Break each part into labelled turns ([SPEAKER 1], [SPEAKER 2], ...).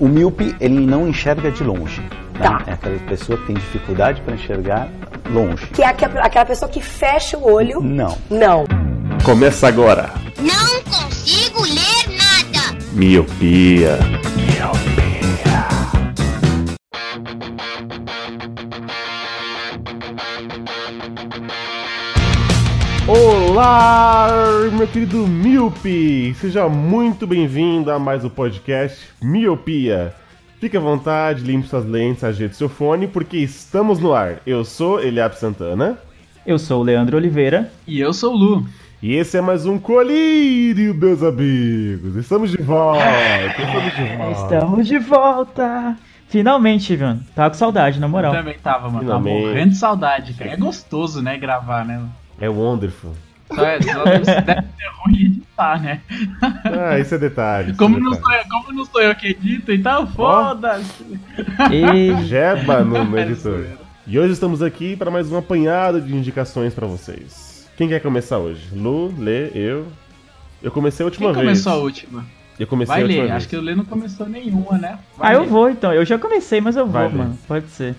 [SPEAKER 1] O míope, ele não enxerga de longe. Né?
[SPEAKER 2] Tá.
[SPEAKER 1] É aquela pessoa que tem dificuldade para enxergar longe.
[SPEAKER 2] Que é aquela pessoa que fecha o olho.
[SPEAKER 1] Não.
[SPEAKER 2] Não.
[SPEAKER 3] Começa agora.
[SPEAKER 4] Não consigo ler nada.
[SPEAKER 3] Miopia. Olá, meu querido míope! Seja muito bem-vindo a mais um podcast Miopia. Fique à vontade, limpe suas lentes, ajeite seu fone, porque estamos no ar. Eu sou Eliab Santana.
[SPEAKER 5] Eu sou o Leandro Oliveira.
[SPEAKER 6] E eu sou o Lu.
[SPEAKER 3] E esse é mais um Colírio, meus amigos. Estamos de volta.
[SPEAKER 5] Estamos de volta. Finalmente, mano. Tava com saudade, na moral.
[SPEAKER 6] Eu também tava, mano.
[SPEAKER 3] Finalmente.
[SPEAKER 6] Tava morrendo de saudade, cara. É gostoso, né, gravar, né?
[SPEAKER 3] É wonderful.
[SPEAKER 6] Só deve ser ruim editar, né?
[SPEAKER 3] Ah, isso é detalhe.
[SPEAKER 6] Como não sou eu que edito, então foda-se.
[SPEAKER 5] E...
[SPEAKER 3] Jeba no editor. E hoje estamos aqui para mais um apanhado de indicações para vocês. Quem quer começar hoje? Lu, Lê, eu. Eu comecei a última
[SPEAKER 6] Quem
[SPEAKER 3] vez.
[SPEAKER 6] começou a última?
[SPEAKER 3] Eu comecei
[SPEAKER 6] Vai
[SPEAKER 3] a última
[SPEAKER 6] ler,
[SPEAKER 3] vez.
[SPEAKER 6] acho que o Lê não começou nenhuma, né? Vai
[SPEAKER 5] eu
[SPEAKER 6] ler.
[SPEAKER 5] vou então. Eu já comecei, mas eu
[SPEAKER 3] Vai,
[SPEAKER 5] vou,
[SPEAKER 3] Lê.
[SPEAKER 5] mano. Pode ser.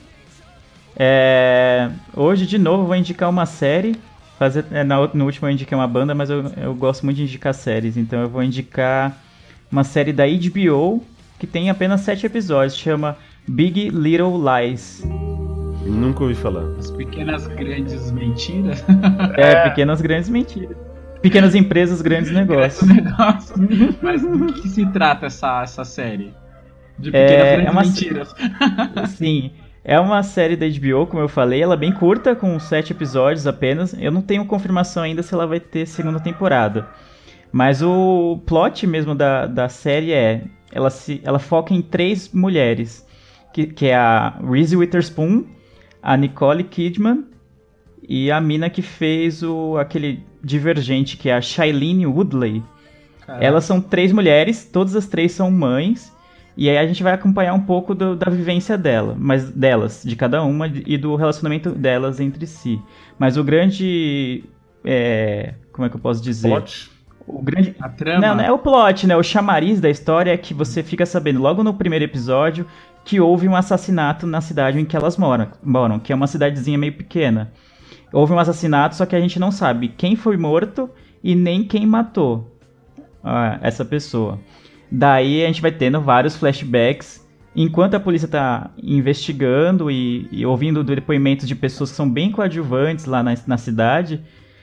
[SPEAKER 5] Hoje, de novo, vou indicar uma série. No último eu indiquei uma banda, mas eu gosto muito de indicar séries. Então eu vou indicar uma série da HBO que tem apenas 7 episódios. Chama Big Little Lies.
[SPEAKER 3] Nunca ouvi falar.
[SPEAKER 6] As pequenas grandes mentiras.
[SPEAKER 5] Pequenas grandes mentiras. Pequenas empresas, grandes negócios.
[SPEAKER 6] Negócio. Mas do que se trata essa série? De pequenas grandes mentiras.
[SPEAKER 5] Sim. É uma série da HBO, como eu falei, ela é bem curta, com 7 episódios apenas. Eu não tenho confirmação ainda se ela vai ter segunda temporada. Mas o plot mesmo da série ela foca em 3 mulheres, que é a Reese Witherspoon, a Nicole Kidman e a mina que fez aquele Divergente, que é a Shailene Woodley.
[SPEAKER 6] Caraca.
[SPEAKER 5] Elas são 3 mulheres, todas as 3 são mães. E aí a gente vai acompanhar um pouco da vivência delas, de cada uma, e do relacionamento delas entre si. Mas o grande... como é que eu posso dizer?
[SPEAKER 3] Plot?
[SPEAKER 5] O grande...
[SPEAKER 6] A trama?
[SPEAKER 5] Não é o plot, né? O chamariz da história é que você fica sabendo, logo no primeiro episódio, que houve um assassinato na cidade em que elas moram, que é uma cidadezinha meio pequena. Houve um assassinato, só que a gente não sabe quem foi morto e nem quem matou essa pessoa. Daí a gente vai tendo vários flashbacks, enquanto a polícia tá investigando e ouvindo depoimentos de pessoas que são bem coadjuvantes lá na cidade,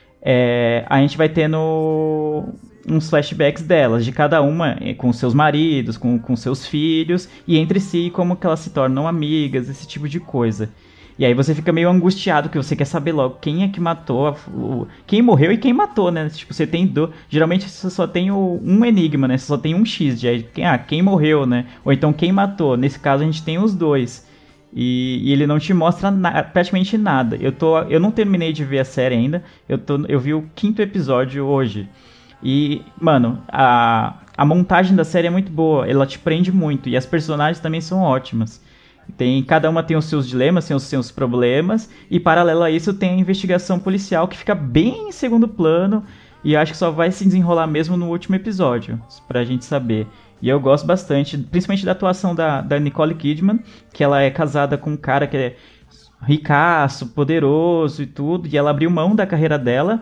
[SPEAKER 5] a gente vai tendo uns flashbacks delas, de cada uma com seus maridos, com seus filhos, e entre si como que elas se tornam amigas, esse tipo de coisa. E aí você fica meio angustiado, que você quer saber logo quem é que matou, quem morreu e quem matou, né? Tipo, você tem geralmente você só tem um enigma, né? Você só tem um X de quem morreu, né? Ou então quem matou. Nesse caso a gente tem os dois. E ele não te mostra praticamente nada. Eu não terminei de ver a série ainda. Eu vi o 5º episódio hoje. E, mano, a montagem da série é muito boa. Ela te prende muito. E as personagens também são ótimas. Cada uma tem os seus dilemas, tem os seus problemas, e paralelo a isso tem a investigação policial que fica bem em segundo plano, e acho que só vai se desenrolar mesmo no último episódio, pra gente saber. E eu gosto bastante, principalmente da atuação da Nicole Kidman, que ela é casada com um cara que é ricaço, poderoso e tudo, e ela abriu mão da carreira dela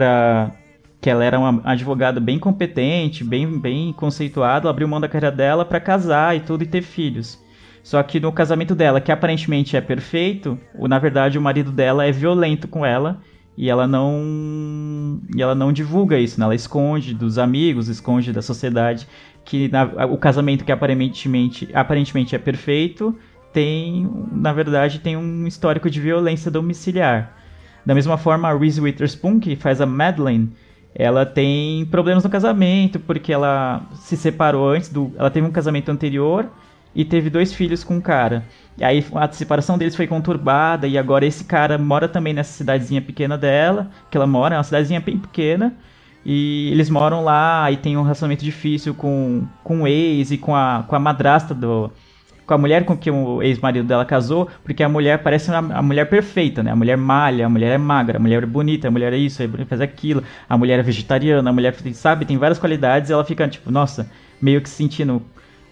[SPEAKER 5] que ela era uma advogada bem competente, bem conceituada, ela abriu mão da carreira dela pra casar e tudo e ter filhos. Só que no casamento dela, que aparentemente é perfeito, na verdade o marido dela é violento com ela e ela não divulga isso, né? Ela esconde dos amigos, esconde da sociedade que o casamento que aparentemente é perfeito na verdade tem um histórico de violência domiciliar. Da mesma forma, a Reese Witherspoon, que faz a Madeleine, ela tem problemas no casamento porque ela se separou ela teve um casamento anterior e teve 2 filhos com um cara. E aí a separação deles foi conturbada, e agora esse cara mora também nessa cidadezinha pequena dela, que ela mora, é uma cidadezinha bem pequena, e eles moram lá e tem um relacionamento difícil com o ex e com a madrasta com a mulher com que o ex-marido dela casou, porque a mulher parece a mulher perfeita, né? A mulher malha, a mulher é magra, a mulher é bonita, a mulher é isso, faz aquilo, a mulher é vegetariana, a mulher, sabe, tem várias qualidades, e ela fica tipo, nossa, meio que se sentindo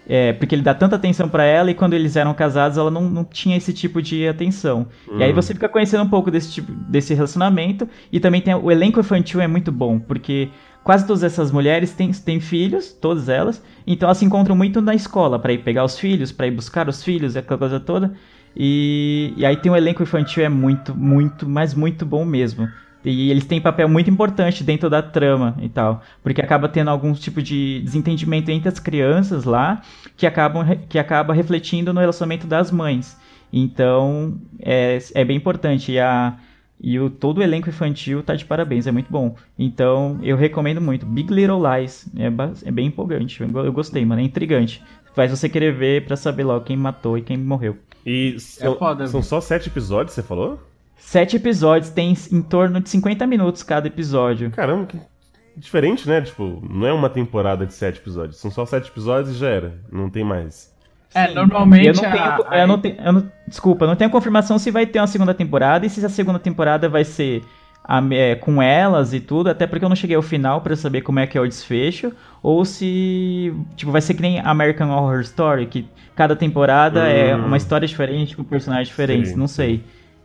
[SPEAKER 5] Porque ele dá tanta atenção pra ela e quando eles eram casados ela não tinha esse tipo de atenção. E aí você fica conhecendo um pouco desse relacionamento. E também o elenco infantil é muito bom, porque quase todas essas mulheres têm filhos, todas elas. Então elas se encontram muito na escola pra ir pegar os filhos, pra ir buscar os filhos, aquela coisa toda. E aí tem um elenco infantil é muito, muito, mas muito bom mesmo. E eles têm papel muito importante dentro da trama e tal, porque acaba tendo algum tipo de desentendimento entre as crianças lá, que acaba refletindo no relacionamento das mães. Então, é bem importante. Todo o elenco infantil tá de parabéns, é muito bom. Então, eu recomendo muito. Big Little Lies, é bem empolgante, eu gostei, mano, é intrigante. Faz você querer ver pra saber logo quem matou e quem morreu.
[SPEAKER 3] E são só 7 episódios, você falou?
[SPEAKER 5] 7 episódios, tem em torno de 50 minutos cada episódio.
[SPEAKER 3] Caramba, que diferente, né? Tipo, não é uma temporada de 7 episódios. São só 7 episódios e já era. Não tem mais.
[SPEAKER 6] Sim, normalmente...
[SPEAKER 5] Desculpa, eu não tenho confirmação se vai ter uma segunda temporada e se a segunda temporada vai ser com elas e tudo, até porque eu não cheguei ao final pra saber como é que é o desfecho, ou se vai ser que nem American Horror Story, que cada temporada é uma história diferente, com personagens diferentes, não sei.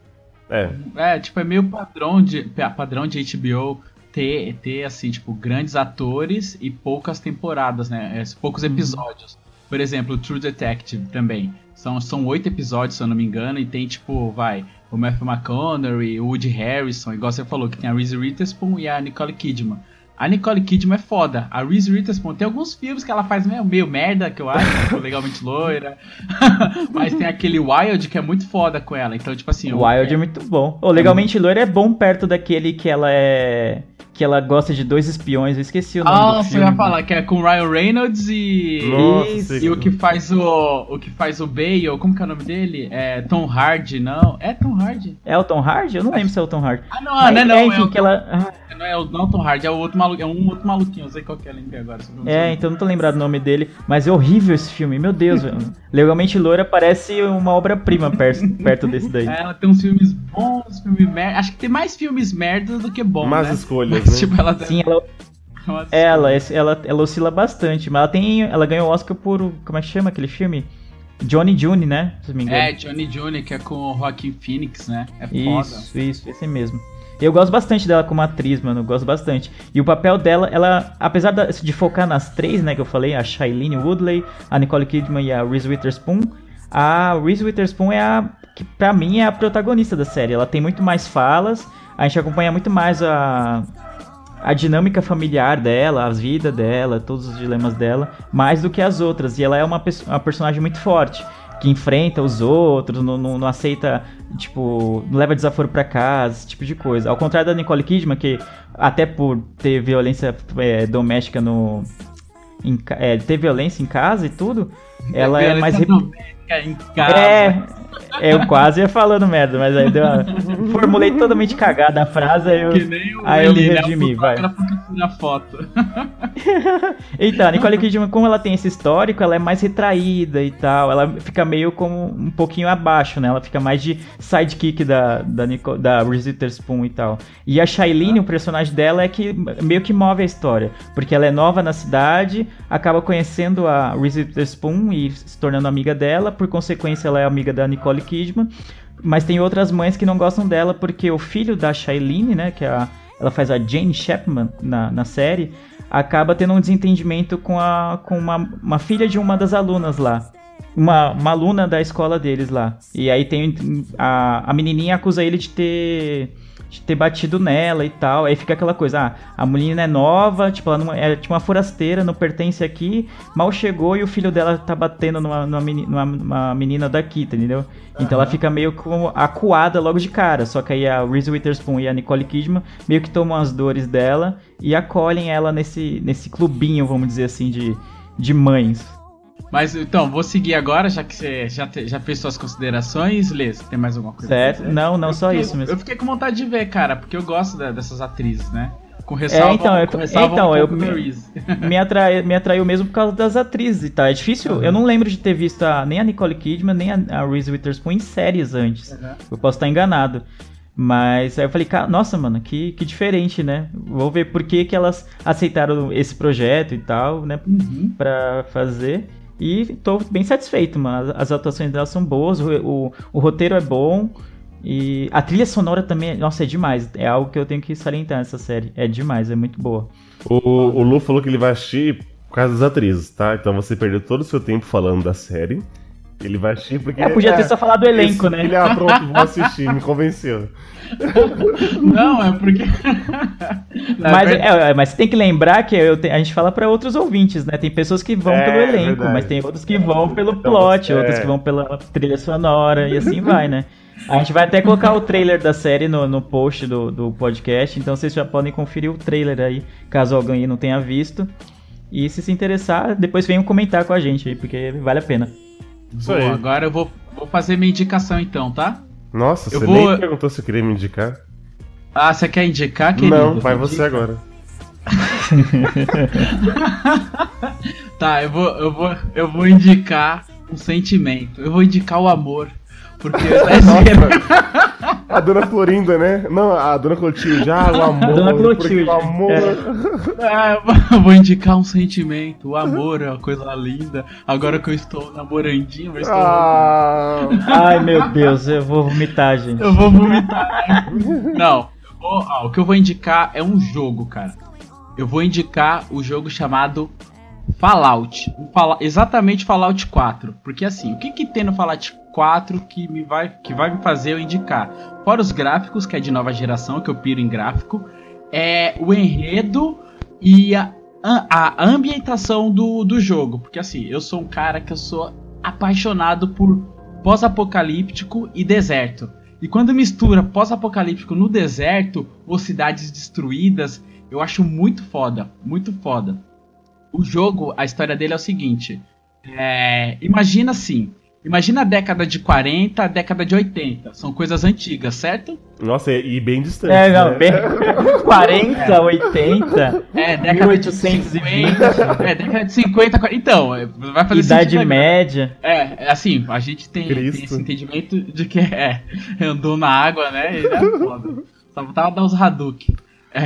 [SPEAKER 6] É meio padrão de HBO ter assim, tipo, grandes atores e poucas temporadas, né? Poucos episódios. Por exemplo, True Detective também. São 8 episódios, se eu não me engano, e tem, tipo, o Matthew McConaughey, o Woody Harrelson, igual você falou, que tem a Reese Witherspoon e a Nicole Kidman. A Nicole Kidman é foda. A Reese Witherspoon tem alguns filmes que ela faz meio merda, que eu acho, tipo, Legalmente Loira. Mas tem aquele Wild que é muito foda com ela. Então, tipo assim...
[SPEAKER 5] O Wild é muito bom. Legalmente Loira é bom perto daquele que ela gosta de 2 espiões. Eu esqueci o nome do filme.
[SPEAKER 6] Você vai falar que é com Ryan Reynolds e...
[SPEAKER 3] Nossa,
[SPEAKER 6] e o que faz o Bale, como que é o nome dele? É Tom Hardy, não? É Tom Hardy?
[SPEAKER 5] É o Tom Hardy? Eu não lembro se é o Tom Hardy.
[SPEAKER 6] Não é o Tom Hardy, é o outro maluco, é um outro maluquinho, eu sei qual que é, lembrei agora.
[SPEAKER 5] Então não tô lembrado o nome dele, mas é horrível esse filme, meu Deus, velho. Legalmente Loira parece uma obra-prima perto desse daí.
[SPEAKER 6] Ela tem uns filmes bons, filmes merda, acho que tem mais filmes merdas do que bons,
[SPEAKER 3] Mas
[SPEAKER 6] né?
[SPEAKER 3] escolhas,
[SPEAKER 6] mas,
[SPEAKER 3] né?
[SPEAKER 6] tipo,
[SPEAKER 5] ela oscila bastante, mas ela ganhou o Oscar por, como é que chama aquele filme? Johnny June, né? Se não me engano.
[SPEAKER 6] Johnny June, que é com o Joaquin Phoenix, né? É foda.
[SPEAKER 5] Isso, esse mesmo. Eu gosto bastante dela como atriz, mano, eu gosto bastante. E o papel dela, ela, apesar de focar nas 3, né, que eu falei, a Shailene Woodley, a Nicole Kidman e a Reese Witherspoon, a Reese Witherspoon que pra mim é a protagonista da série. Ela tem muito mais falas, a gente acompanha muito mais a dinâmica familiar dela, a vida dela, todos os dilemas dela, mais do que as outras. E ela é uma personagem muito forte, que enfrenta os outros, não aceita, tipo, não leva desaforo pra casa, esse tipo de coisa. Ao contrário da Nicole Kidman, que até por ter violência doméstica ter violência em casa e tudo, ela é mais...
[SPEAKER 6] Em casa.
[SPEAKER 5] Eu quase ia falando merda, mas aí formulei totalmente cagada a frase, aí eu me redimi, vai.
[SPEAKER 6] Na foto.
[SPEAKER 5] Então, a Nicole Kidman, como ela tem esse histórico, ela é mais retraída e tal, ela fica meio como um pouquinho abaixo, né? Ela fica mais de sidekick da Reese Witherspoon e tal. E a Shailene, o personagem dela, é que meio que move a história, porque ela é nova na cidade, acaba conhecendo a Reese Witherspoon e se tornando amiga dela, por consequência ela é amiga da Nicole Kidman, mas tem outras mães que não gostam dela, porque o filho da Shailene, né, que ela faz a Jane Chapman na série, acaba tendo um desentendimento com uma filha de uma das alunas lá. Uma aluna da escola deles lá. E aí tem a menininha acusa ele de ter batido nela e tal. Aí fica aquela coisa, a menina é nova, tipo, ela não é tipo uma forasteira, não pertence aqui, mal chegou e o filho dela tá batendo numa menina daqui, entendeu? Então ela fica meio como acuada logo de cara. Só que aí a Reese Witherspoon e a Nicole Kidman meio que tomam as dores dela e acolhem ela nesse clubinho, vamos dizer assim, de mães.
[SPEAKER 6] Mas então, vou seguir agora, já que você já fez suas considerações, Lê, você tem mais alguma coisa?
[SPEAKER 5] Certo, não, só isso mesmo.
[SPEAKER 6] Eu fiquei com vontade de ver, cara, porque eu gosto dessas atrizes, né? Com ressalva,
[SPEAKER 5] me atraiu mesmo por causa das atrizes, tá? É difícil, eu não lembro de ter visto nem a Nicole Kidman, nem a Reese Witherspoon em séries antes. Eu posso estar enganado. Mas aí eu falei, nossa, mano, que diferente, né? Vou ver por que elas aceitaram esse projeto e tal, né? Pra fazer. E tô bem satisfeito, mano. As atuações dela são boas, o roteiro é bom. E a trilha sonora também, nossa, é demais. É algo que eu tenho que salientar nessa série. É demais, é muito boa.
[SPEAKER 3] O Lu falou que ele vai assistir por causa das atrizes, tá? Então você perdeu todo o seu tempo falando da série. Ele vai assistir porque...
[SPEAKER 5] podia ter só falado do elenco, né?
[SPEAKER 3] Ele, pronto, vou assistir, me convenceu.
[SPEAKER 6] Não, é porque...
[SPEAKER 5] Mas você tem que lembrar que a gente fala pra outros ouvintes, né? Tem pessoas que vão pelo elenco, verdade. Mas tem outros que vão pelo plot, outros que vão pela trilha sonora e assim vai, né? A gente vai até colocar o trailer da série no post do podcast, então vocês já podem conferir o trailer aí, caso alguém não tenha visto. E se interessar, depois venham comentar com a gente aí, porque vale a pena.
[SPEAKER 6] Boa, agora eu vou fazer minha indicação então, tá?
[SPEAKER 3] Nossa, você nem perguntou se eu queria me indicar.
[SPEAKER 6] Ah, você quer indicar, querido?
[SPEAKER 3] Não, vai você agora.
[SPEAKER 6] Tá, eu vou indicar um sentimento. Eu vou indicar o amor. Porque
[SPEAKER 3] a Dona Florinda, né? Não, a Dona Clotilde, o amor.
[SPEAKER 5] A Dona Clotilde.
[SPEAKER 3] O amor.
[SPEAKER 6] Eu vou indicar um sentimento. O amor é uma coisa linda. Agora que eu estou namorandinho, eu estou...
[SPEAKER 5] Ai, meu Deus, eu vou vomitar, gente.
[SPEAKER 6] Eu vou vomitar. Não, o que eu vou indicar é um jogo, cara. Eu vou indicar o jogo chamado Fallout. Exatamente Fallout 4. Porque assim, o que tem no Fallout 4 que vai me fazer eu indicar? Fora os gráficos, que é de nova geração, que eu piro em gráfico, é o enredo e a ambientação do jogo. Porque assim, eu sou um cara que eu sou apaixonado por pós-apocalíptico e deserto. E quando mistura pós-apocalíptico no deserto, ou cidades destruídas, eu acho muito foda, muito foda. O jogo, a história dele é o seguinte, imagina assim, imagina a década de 40, a década de 80, são coisas antigas, certo?
[SPEAKER 3] Nossa, e bem distante, né?
[SPEAKER 5] Bem 40, 80,
[SPEAKER 6] década
[SPEAKER 5] 1820.
[SPEAKER 6] Década de 50, 40, então, vai fazer
[SPEAKER 5] Idade
[SPEAKER 6] sentido,
[SPEAKER 5] média.
[SPEAKER 6] Assim, a gente tem esse entendimento de que andou na água, né, e é foda, só tava dar uns Hadouken.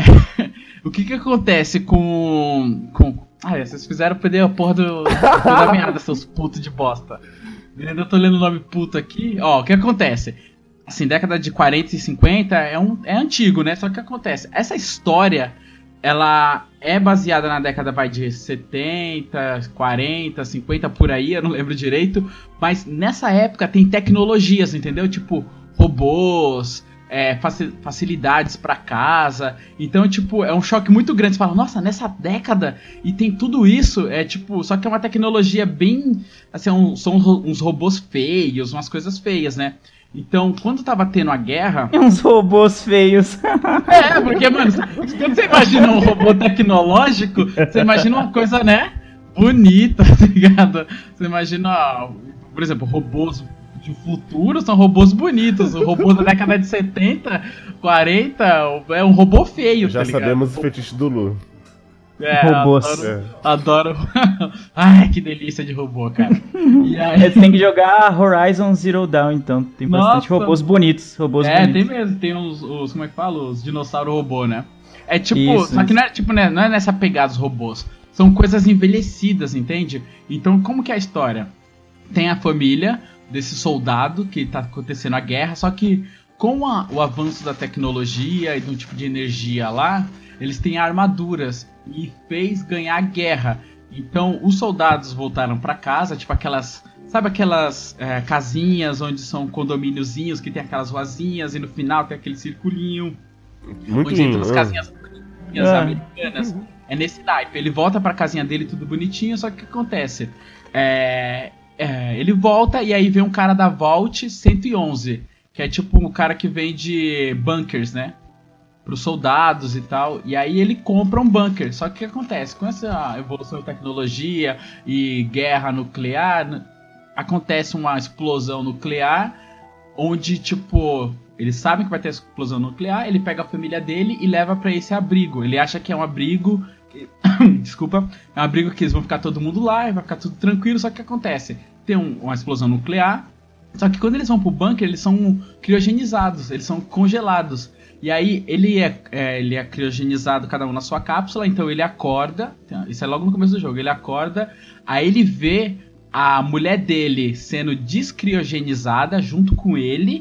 [SPEAKER 6] O que acontece com... vocês fizeram perder a porra da meada, seus putos de bosta. Eu ainda tô lendo o nome puto aqui. O que acontece? Assim, década de 40 e 50 é antigo, né? Só que o que acontece? Essa história, ela é baseada na década de 70, 40, 50, por aí, eu não lembro direito. Mas nessa época tem tecnologias, entendeu? Tipo, robôs... facilidades pra casa. Então, tipo, é um choque muito grande. Você fala, nossa, nessa década e tem tudo isso. Só que é uma tecnologia bem... Assim, são uns robôs feios, umas coisas feias, né? Então, quando tava tendo a guerra...
[SPEAKER 5] Uns robôs feios.
[SPEAKER 6] Porque, mano, quando você imagina um robô tecnológico, você imagina uma coisa, né? Bonita, tá ligado? Você imagina, por exemplo, robôs... de futuro são robôs bonitos. O robô da década de 70, 40 é um robô feio.
[SPEAKER 3] Já sabemos o fetiche do Lu.
[SPEAKER 5] Robôs.
[SPEAKER 6] Adoro. Ai, que delícia de robô, cara. E aí...
[SPEAKER 5] Você tem que jogar Horizon Zero Dawn, então. Tem bastante robôs bonitos.
[SPEAKER 6] Tem mesmo. Tem os como é que fala? Os dinossauro robô, né?
[SPEAKER 5] Isso,
[SPEAKER 6] só que não é nessa pegada os robôs. São coisas envelhecidas, entende? Então, como que é a história? Tem a família desse soldado que tá acontecendo a guerra, só que com o avanço da tecnologia e do tipo de energia lá, eles têm armaduras e fez ganhar a guerra. Então os soldados voltaram pra casa, tipo aquelas... Sabe aquelas casinhas onde são condomíniozinhos que tem aquelas ruazinhas e no final tem aquele circulinho?
[SPEAKER 3] Muito
[SPEAKER 6] onde
[SPEAKER 3] lindo.
[SPEAKER 6] Entram as casinhas americanas. É nesse naipe. Ele volta pra casinha dele tudo bonitinho, só que o que acontece? Ele volta e aí vem um cara da Vault 111, que é tipo um cara que vende bunkers, né? Pros soldados e tal. E aí ele compra um bunker. Só que o que acontece? Com essa evolução de tecnologia e guerra nuclear, acontece uma explosão nuclear, onde, tipo, eles sabem que vai ter explosão nuclear, ele pega a família dele e leva pra esse abrigo. Ele acha que é um abrigo... Desculpa, é um abrigo que eles vão ficar todo mundo lá e vai ficar tudo tranquilo, só que o que acontece? Tem uma explosão nuclear, só que quando eles vão pro bunker, eles são criogenizados, eles são congelados. E aí ele é criogenizado, cada um na sua cápsula, então ele acorda, isso é logo no começo do jogo, ele acorda, aí ele vê a mulher dele sendo descriogenizada junto com ele,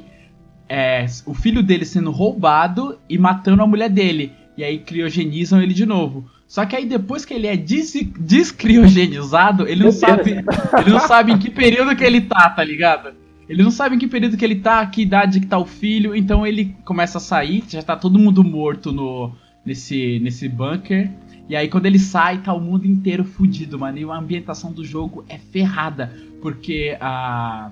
[SPEAKER 6] o filho dele sendo roubado e matando a mulher dele. E aí criogenizam ele de novo. Só que aí depois que ele é descriogenizado, ele não sabe em que período que ele tá ligado? Ele não sabe em que período que ele tá, que idade que tá o filho, então ele começa a sair, já tá todo mundo morto nesse bunker. E aí quando ele sai, tá o mundo inteiro fudido, mano. E a ambientação do jogo é ferrada, porque a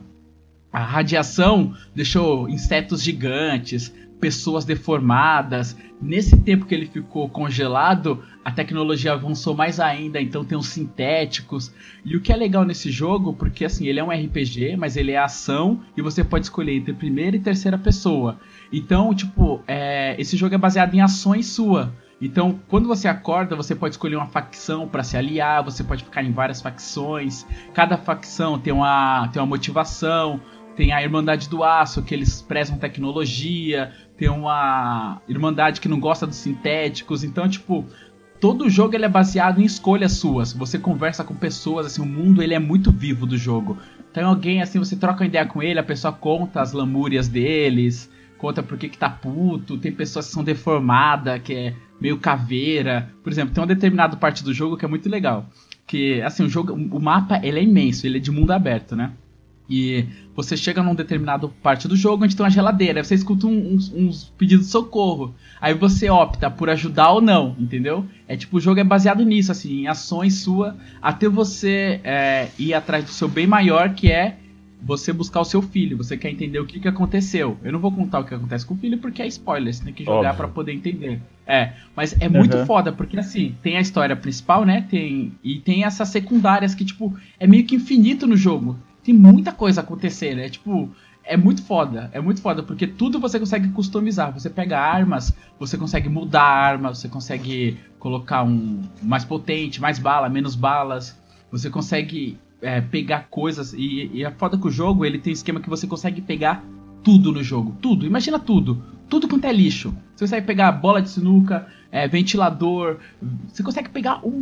[SPEAKER 6] radiação deixou insetos gigantes, pessoas deformadas. Nesse tempo que ele ficou congelado, a tecnologia avançou mais ainda, então tem os sintéticos. E o que é legal nesse jogo, porque assim, ele é um RPG, mas ele é ação, e você pode escolher entre primeira e terceira pessoa. Então, tipo, esse jogo é baseado em ações sua. Então, quando você acorda, você pode escolher uma facção para se aliar, você pode ficar em várias facções. Cada facção tem uma motivação. Tem a Irmandade do Aço, que eles prezam tecnologia. Tem uma Irmandade que não gosta dos sintéticos. Então, tipo, todo jogo ele é baseado em escolhas suas. Você conversa com pessoas, assim, o mundo ele é muito vivo do jogo. Tem alguém, assim, você troca uma ideia com ele, a pessoa conta as lamúrias deles, conta por que tá puto. Tem pessoas que são deformadas, que é meio caveira. Por exemplo, tem uma determinada parte do jogo que é muito legal. Que, assim, o mapa ele é imenso, ele é de mundo aberto, né? E você chega num determinado parte do jogo onde tem uma geladeira, aí você escuta uns pedidos de socorro. Aí você opta por ajudar ou não, entendeu? O jogo é baseado nisso, assim, em ações suas, até você ir atrás do seu bem maior, que é você buscar o seu filho. Você quer entender o que aconteceu. Eu não vou contar o que acontece com o filho porque é spoiler, você tem que jogar pra poder entender. Mas é muito foda, porque assim, tem a história principal, né? E tem essas secundárias que, tipo, é meio que infinito no jogo. Tem muita coisa acontecendo, né? Tipo, é muito foda, porque tudo você consegue customizar. Você pega armas, você consegue mudar a arma, você consegue colocar um mais potente, mais bala, menos balas. Você consegue pegar coisas, e a foda que o jogo, ele tem um esquema que você consegue pegar tudo no jogo, tudo, imagina tudo quanto é lixo. Você consegue pegar bola de sinuca, ventilador, você consegue pegar um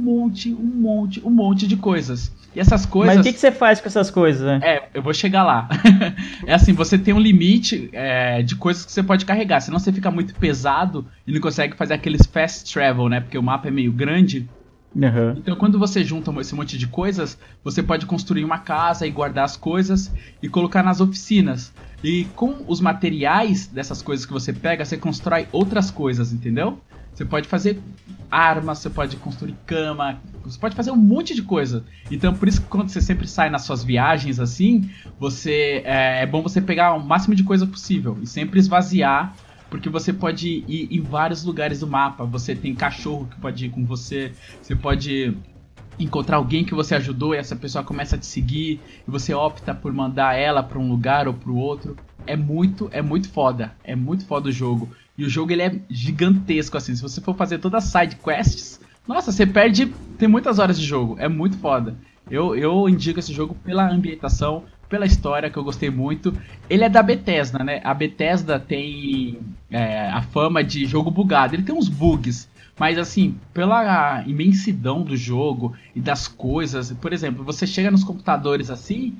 [SPEAKER 6] monte de coisas. E essas coisas...
[SPEAKER 5] Mas o que você faz com essas coisas, né?
[SPEAKER 6] Eu vou chegar lá. É assim, você tem um limite de coisas que você pode carregar, senão você fica muito pesado e não consegue fazer aqueles fast travel, né? Porque o mapa é meio grande.
[SPEAKER 5] Uhum.
[SPEAKER 6] Então quando você junta esse monte de coisas, você pode construir uma casa e guardar as coisas e colocar nas oficinas. E com os materiais dessas coisas que você pega, você constrói outras coisas, entendeu? Você pode fazer armas, você pode construir cama, você pode fazer um monte de coisa. Então por isso que quando você sempre sai nas suas viagens assim, é bom você pegar o máximo de coisa possível e sempre esvaziar, porque você pode ir em vários lugares do mapa. Você tem cachorro que pode ir com você, você pode encontrar alguém que você ajudou e essa pessoa começa a te seguir e você opta por mandar ela para um lugar ou para o outro. É muito foda o jogo. E o jogo ele é gigantesco, assim, se você for fazer todas as side quests, nossa, você perde, tem muitas horas de jogo, é muito foda. Eu indico esse jogo pela ambientação, pela história, que eu gostei muito. Ele é da Bethesda, né? A Bethesda tem a fama de jogo bugado. Ele tem uns bugs, mas assim, pela imensidão do jogo e das coisas. Por exemplo, você chega nos computadores assim,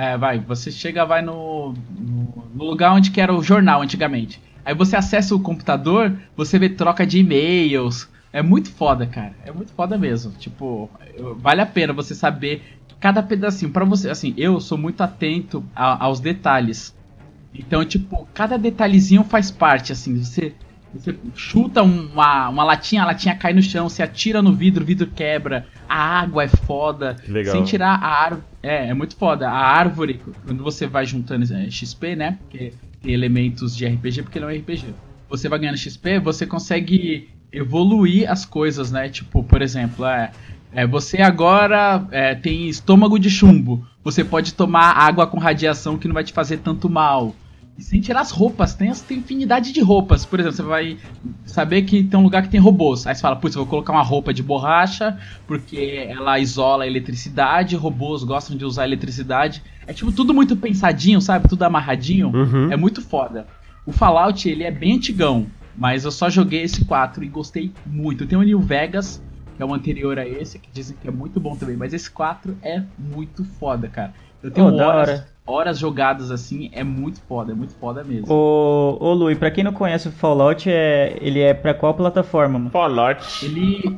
[SPEAKER 6] vai no lugar onde que era o jornal antigamente. Aí você acessa o computador, você vê troca de e-mails. É muito foda, cara. É muito foda mesmo. Tipo, vale a pena você saber cada pedacinho. Pra você, assim, eu sou muito atento aos detalhes. Então, tipo, cada detalhezinho faz parte, assim. Você chuta uma latinha, a latinha cai no chão, você atira no vidro, o vidro quebra. A água é foda.
[SPEAKER 3] Legal.
[SPEAKER 6] Sem tirar a árvore. É muito foda. A árvore, quando você vai juntando XP, né? Porque tem elementos de RPG, porque não é RPG. Você vai ganhando XP, você consegue evoluir as coisas, né? Tipo, por exemplo, você agora tem estômago de chumbo. Você pode tomar água com radiação que não vai te fazer tanto mal. E sem tirar as roupas, tem infinidade de roupas. Por exemplo, você vai saber que tem um lugar que tem robôs. Aí você fala, putz, eu vou colocar uma roupa de borracha, porque ela isola a eletricidade, robôs gostam de usar eletricidade. É tipo tudo muito pensadinho, sabe? Tudo amarradinho.
[SPEAKER 3] Uhum.
[SPEAKER 6] É muito foda. O Fallout, ele é bem antigão, mas eu só joguei esse 4 e gostei muito. Tem o New Vegas, que é o anterior a esse, que dizem que é muito bom também. Mas esse 4 é muito foda, cara. Eu tenho horas jogadas assim, é muito foda mesmo.
[SPEAKER 5] Ô Lu, e pra quem não conhece o Fallout, ele é pra qual plataforma, mano?
[SPEAKER 3] Fallout.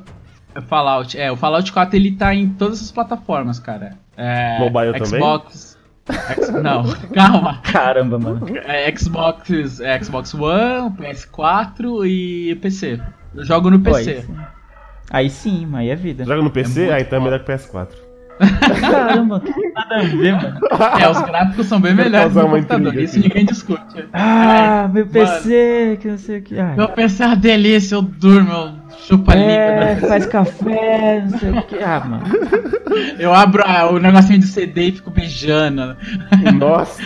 [SPEAKER 6] O Fallout 4 ele tá em todas as plataformas, cara.
[SPEAKER 3] Mobile
[SPEAKER 6] Xbox, não, calma.
[SPEAKER 5] Caramba, mano.
[SPEAKER 6] Xbox One, PS4 e PC. Eu jogo no PC.
[SPEAKER 5] Aí sim, aí é vida.
[SPEAKER 3] Joga no PC? Então é melhor que PS4.
[SPEAKER 5] Caramba, nada a ver, mano.
[SPEAKER 6] Os gráficos são bem melhores no computador, isso ninguém discute.
[SPEAKER 5] Meu PC, que não sei o que.
[SPEAKER 6] Meu PC é uma delícia, eu durmo, eu chupo a língua.
[SPEAKER 5] Faz café, não sei o que. Mano.
[SPEAKER 6] Eu abro o negocinho de CD e fico beijando.
[SPEAKER 3] Nossa.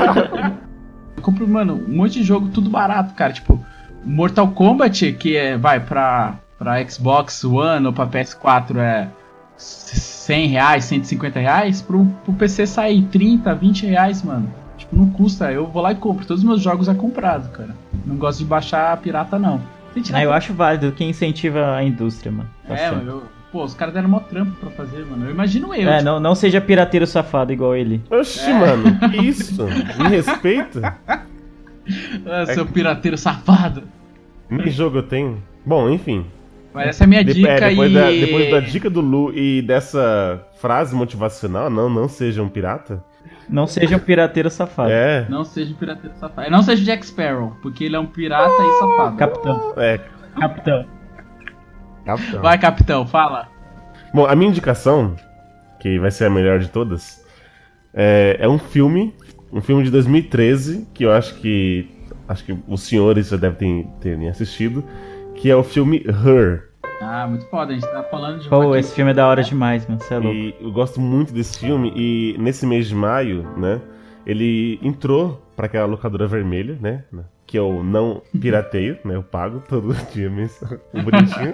[SPEAKER 6] Eu compro, mano, um monte de jogo, tudo barato, cara. Tipo, Mortal Kombat, que vai pra Xbox One ou pra PS4 R$100, R$150, pro PC sair 30, R$20, mano. Tipo, não custa, eu vou lá e compro. Todos os meus jogos é comprado, cara. Não gosto de baixar pirata, não.
[SPEAKER 5] Eu acho válido, quem incentiva a indústria, mano.
[SPEAKER 6] Os caras deram mó trampo pra fazer, mano. Eu imagino eu.
[SPEAKER 5] Não seja pirateiro safado igual ele.
[SPEAKER 3] Oxi, mano, que isso? Me respeita?
[SPEAKER 6] Seu pirateiro safado.
[SPEAKER 3] Que jogo eu tenho? Bom, enfim.
[SPEAKER 6] Mas essa é a minha dica
[SPEAKER 3] depois da dica do Lu e dessa frase motivacional, não seja um pirata.
[SPEAKER 5] Não seja um pirateiro safado.
[SPEAKER 6] Não seja um pirateiro safado. Não seja Jack Sparrow, porque ele é um pirata e safado.
[SPEAKER 5] Capitão.
[SPEAKER 3] Capitão.
[SPEAKER 6] Vai, capitão, fala.
[SPEAKER 3] Bom, a minha indicação, que vai ser a melhor de todas, é um filme de 2013, que eu acho que os senhores já devem terem assistido, que é o filme Her.
[SPEAKER 6] Muito foda, a gente tá falando de
[SPEAKER 5] esse filme é da hora demais, mano, você é louco.
[SPEAKER 3] E eu gosto muito desse filme, e nesse mês de maio, né, ele entrou pra aquela locadora vermelha, né, que eu não pirateio, né, eu pago todo dia mesmo, bonitinho.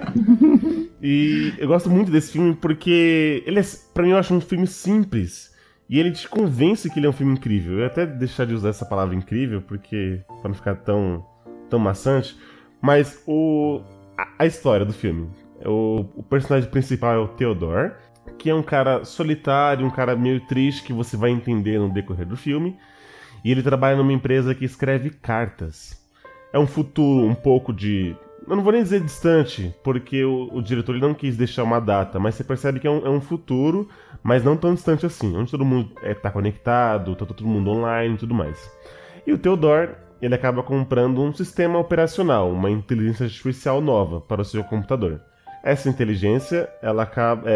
[SPEAKER 3] E eu gosto muito desse filme porque pra mim eu acho um filme simples, e ele te convence que ele é um filme incrível. Eu ia até deixar de usar essa palavra incrível, porque pra não ficar tão maçante. Mas a história do filme. O personagem principal é o Theodore, que é um cara solitário, um cara meio triste, que você vai entender no decorrer do filme. E ele trabalha numa empresa que escreve cartas. É um futuro um pouco de... Eu não vou nem dizer distante, porque o diretor ele não quis deixar uma data, mas você percebe que é um futuro, mas não tão distante assim, onde todo mundo tá conectado, tá todo mundo online e tudo mais. E o Theodore, ele acaba comprando um sistema operacional, uma inteligência artificial nova para o seu computador. Essa inteligência, ela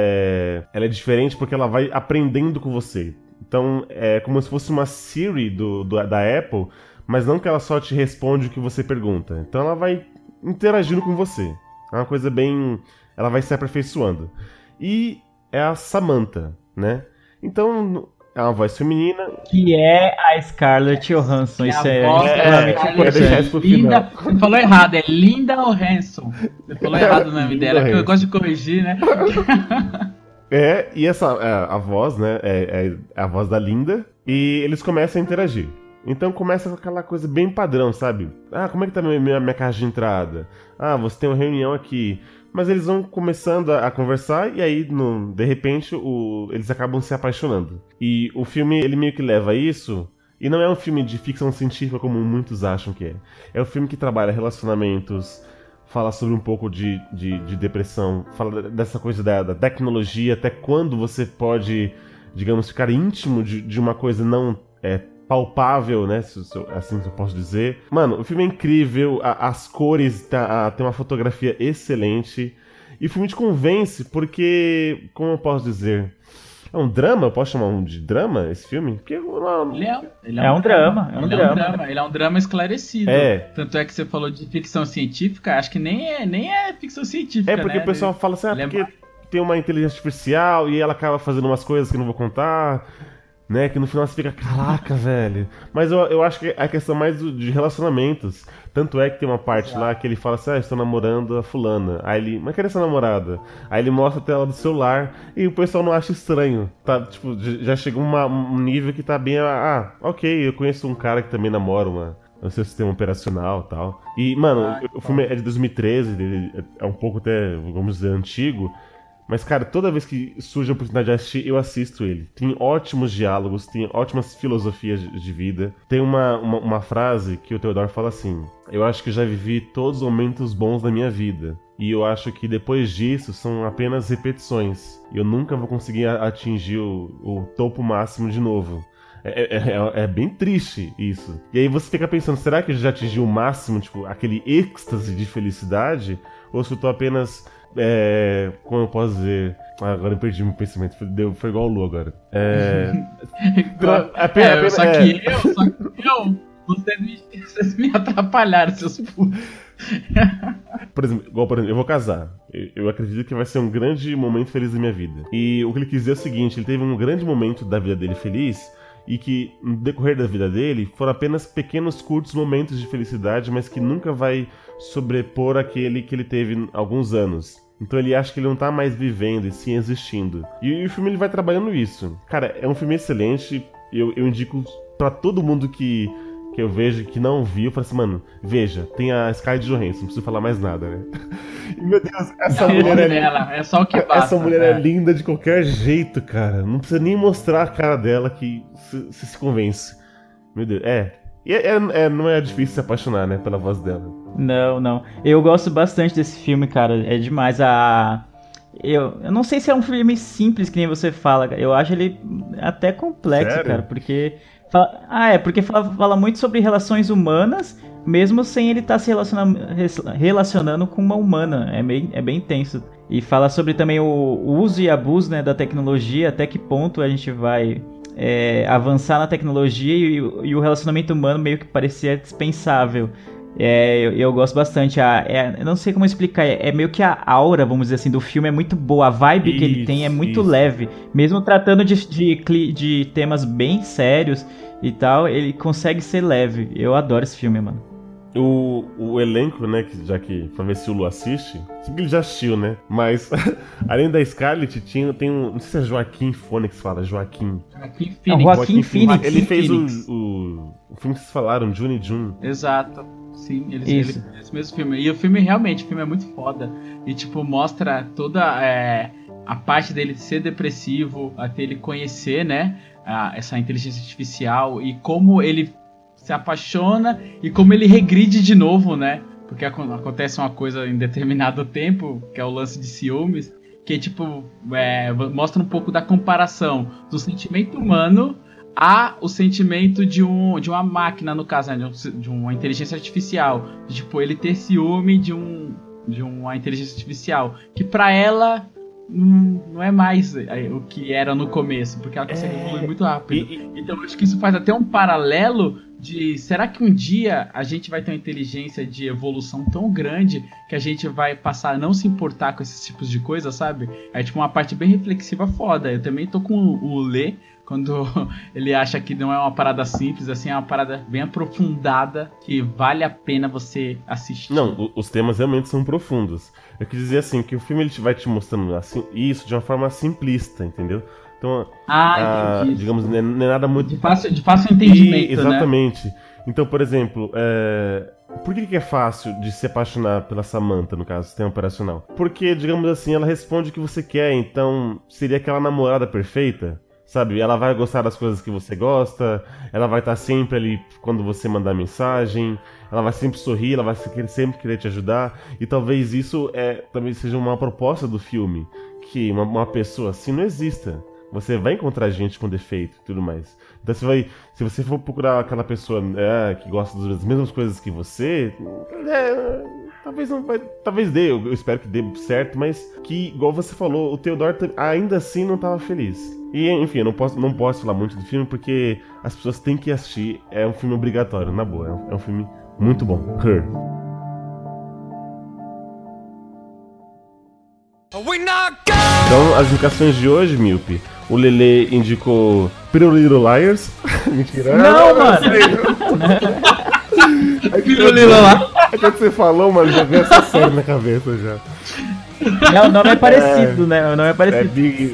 [SPEAKER 3] é diferente porque ela vai aprendendo com você. Então, é como se fosse uma Siri da Apple, mas não que ela só te responde o que você pergunta. Então ela vai interagindo com você. É uma coisa bem... Ela vai se aperfeiçoando. E é a Samantha, né? Então... É uma voz feminina.
[SPEAKER 5] Que é a Scarlett Johansson. Isso é extremamente importante.
[SPEAKER 6] Linda, você falou errado, é Linda Johansson. Você falou errado o nome dela, porque eu gosto de corrigir, né?
[SPEAKER 3] E a voz, né? É a voz da Linda. E eles começam a interagir. Então começa com aquela coisa bem padrão, sabe? Como é que tá minha caixa de entrada? Você tem uma reunião aqui. Mas eles vão começando a conversar e aí, de repente, eles acabam se apaixonando. E o filme, ele meio que leva isso... E não é um filme de ficção científica como muitos acham que é. É um filme que trabalha relacionamentos, fala sobre um pouco de depressão, fala dessa coisa da tecnologia, até quando você pode, digamos, ficar íntimo de uma coisa não palpável, né? Assim que eu posso dizer. Mano, o filme é incrível, as cores, tem uma fotografia excelente. E o filme te convence porque, como eu posso dizer... É um drama? Eu posso chamar de drama esse filme? Porque
[SPEAKER 6] ele é um drama. Ele é um drama esclarecido. Tanto é que você falou de ficção científica, acho que nem é ficção científica.
[SPEAKER 3] Porque
[SPEAKER 6] né?
[SPEAKER 3] O pessoal fala assim, porque tem uma inteligência artificial e ela acaba fazendo umas coisas que eu não vou contar, né? Que no final você fica, caraca, velho. Mas eu acho que é a questão mais de relacionamentos. Tanto é que tem uma parte lá que ele fala assim, estou namorando a fulana. Aí ele, mas cadê essa namorada? Aí ele mostra a tela do celular e o pessoal não acha estranho. Tá, tipo, já chegou um nível que tá bem, ok, eu conheço um cara que também namora o seu sistema operacional e tal. E, mano, o filme é de 2013, é um pouco até, vamos dizer, antigo. Mas, cara, toda vez que surge a oportunidade de assistir, eu assisto ele. Tem ótimos diálogos, tem ótimas filosofias de vida. Tem uma frase que o Theodore fala assim: eu acho que já vivi todos os momentos bons da minha vida. E eu acho que depois disso são apenas repetições. Eu nunca vou conseguir atingir o topo máximo de novo. É bem triste isso. E aí você fica pensando, será que eu já atingi o máximo, tipo, aquele êxtase de felicidade? Ou se eu tô apenas... como eu posso dizer... agora eu perdi meu pensamento, foi igual o Lu agora.
[SPEAKER 6] Só que eu... Vocês me atrapalharam, seus putos.
[SPEAKER 3] Por exemplo, eu vou casar. Eu acredito que vai ser um grande momento feliz da minha vida. E o que ele quis dizer é o seguinte: ele teve um grande momento da vida dele feliz, e que no decorrer da vida dele foram apenas pequenos, curtos momentos de felicidade, mas que nunca vai sobrepor aquele que ele teve há alguns anos. Então ele acha que ele não tá mais vivendo e sim existindo. E o filme ele vai trabalhando isso. Cara, é um filme excelente. Eu indico pra todo mundo que eu vejo que não viu, eu falo assim, mano, veja, tem a Scarlett Johansson, não preciso falar mais nada, né? E, meu Deus, essa mulher
[SPEAKER 6] é só o que basta.
[SPEAKER 3] Essa mulher é linda de qualquer jeito, cara. Não precisa nem mostrar a cara dela que você se convence. Meu Deus, não é difícil se apaixonar, né, pela voz dela.
[SPEAKER 5] Não. Eu gosto bastante desse filme, cara. É demais. Eu não sei se é um filme simples, que nem você fala. Eu acho ele até complexo,
[SPEAKER 3] sério?
[SPEAKER 5] Cara, porque... porque fala muito sobre relações humanas, mesmo sem ele estar se relacionando com uma humana. É bem intenso. E fala sobre também o uso e abuso, né, da tecnologia, até que ponto a gente vai avançar na tecnologia e o relacionamento humano meio que parecia dispensável. Eu gosto bastante. Eu não sei como explicar. É meio que a aura, vamos dizer assim, do filme é muito boa. A vibe que ele tem é muito leve. Mesmo tratando de temas bem sérios e tal, ele consegue ser leve. Eu adoro esse filme, mano.
[SPEAKER 3] O elenco, né, já que pra ver se o Lu assiste, sei que ele já assistiu, né? Mas, além da Scarlett, tem um... Não sei se é Joaquim Phoenix, fala, Joaquim Phoenix. Ele fez o filme que vocês falaram, June e June.
[SPEAKER 6] Exato. Sim, ele fez esse mesmo filme. E o filme é muito foda. E, tipo, mostra toda a parte dele ser depressivo, até ele conhecer, né, essa inteligência artificial e como ele se apaixona e como ele regride de novo, né? Porque acontece uma coisa em determinado tempo, que é o lance de ciúmes, que, tipo, mostra um pouco da comparação do sentimento humano o sentimento de uma máquina, no caso, né, de uma inteligência artificial. Tipo, ele ter ciúme de uma inteligência artificial, que pra ela não é mais o que era no começo, porque ela consegue evoluir muito rápido. Então eu acho que isso faz até um paralelo de, será que um dia a gente vai ter uma inteligência de evolução tão grande que a gente vai passar a não se importar com esses tipos de coisa, sabe? É tipo uma parte bem reflexiva foda. Eu também tô com o Lê, quando ele acha que não é uma parada simples, assim, é uma parada bem aprofundada, que vale a pena você assistir.
[SPEAKER 3] Não, os temas realmente são profundos. Eu quis dizer assim, que o filme ele vai te mostrando assim, isso de uma forma simplista, entendeu? Então, digamos, não é nada muito...
[SPEAKER 6] De fácil entendimento,
[SPEAKER 3] exatamente. Né? Então, por exemplo, por que é fácil de se apaixonar pela Samantha, no caso, sistema operacional? Porque, digamos assim, ela responde o que você quer, então seria aquela namorada perfeita? Sabe, ela vai gostar das coisas que você gosta, ela vai estar sempre ali quando você mandar mensagem, ela vai sempre sorrir, ela vai sempre querer te ajudar, e talvez isso também seja uma proposta do filme, que uma pessoa assim não exista. Você vai encontrar gente com defeito e tudo mais. Então se você for procurar aquela pessoa que gosta das mesmas coisas que você, talvez não vai, talvez dê, eu espero que dê certo, mas que, igual você falou, o Theodore ainda assim não estava feliz. E, enfim, eu não posso falar muito do filme porque as pessoas têm que assistir. É um filme obrigatório, na boa. É um filme muito bom. Her. Então, as indicações de hoje, Milpe. O Lelê indicou Pretty Little Liars. Mentira.
[SPEAKER 5] Não, mano.
[SPEAKER 3] Pretty Little Liars. Quando você falou, mano, já veio essa série na cabeça já.
[SPEAKER 5] O nome é parecido, né? O nome é parecido.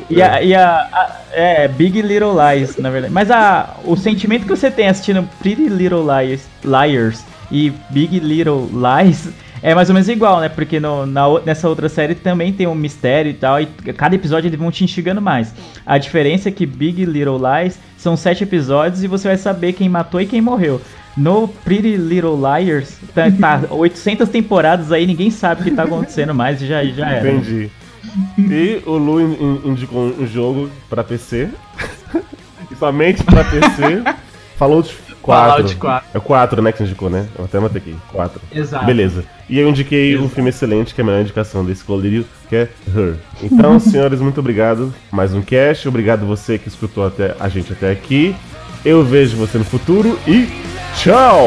[SPEAKER 5] Big Little Lies, na verdade. Mas o sentimento que você tem assistindo Pretty Little Liars e Big Little Lies é mais ou menos igual, né? Porque nessa outra série também tem um mistério e tal, e cada episódio eles vão te instigando mais. A diferença é que Big Little Lies são 7 episódios e você vai saber quem matou e quem morreu. No Pretty Little Liars, tá 800 temporadas aí, ninguém sabe o que tá acontecendo mais e já era.
[SPEAKER 3] Entendi. E o Lu indicou um jogo pra PC. E somente pra PC. Fallout 4. É 4, né, que você indicou, né? Eu até matei aqui. 4.
[SPEAKER 6] Exato.
[SPEAKER 3] Beleza. E eu indiquei um filme excelente, que é a melhor indicação desse colírio, que é Her. Então, senhores, muito obrigado. Mais um cast. Obrigado você que escutou a gente até aqui. Eu vejo você no futuro e tchau!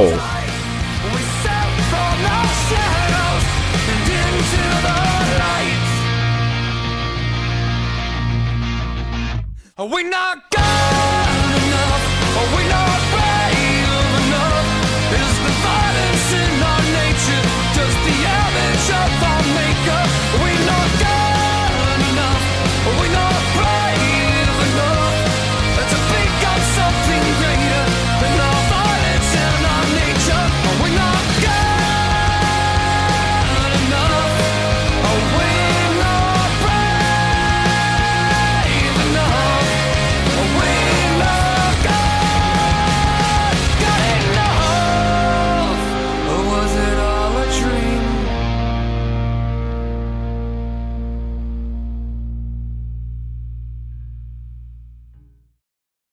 [SPEAKER 7] We knock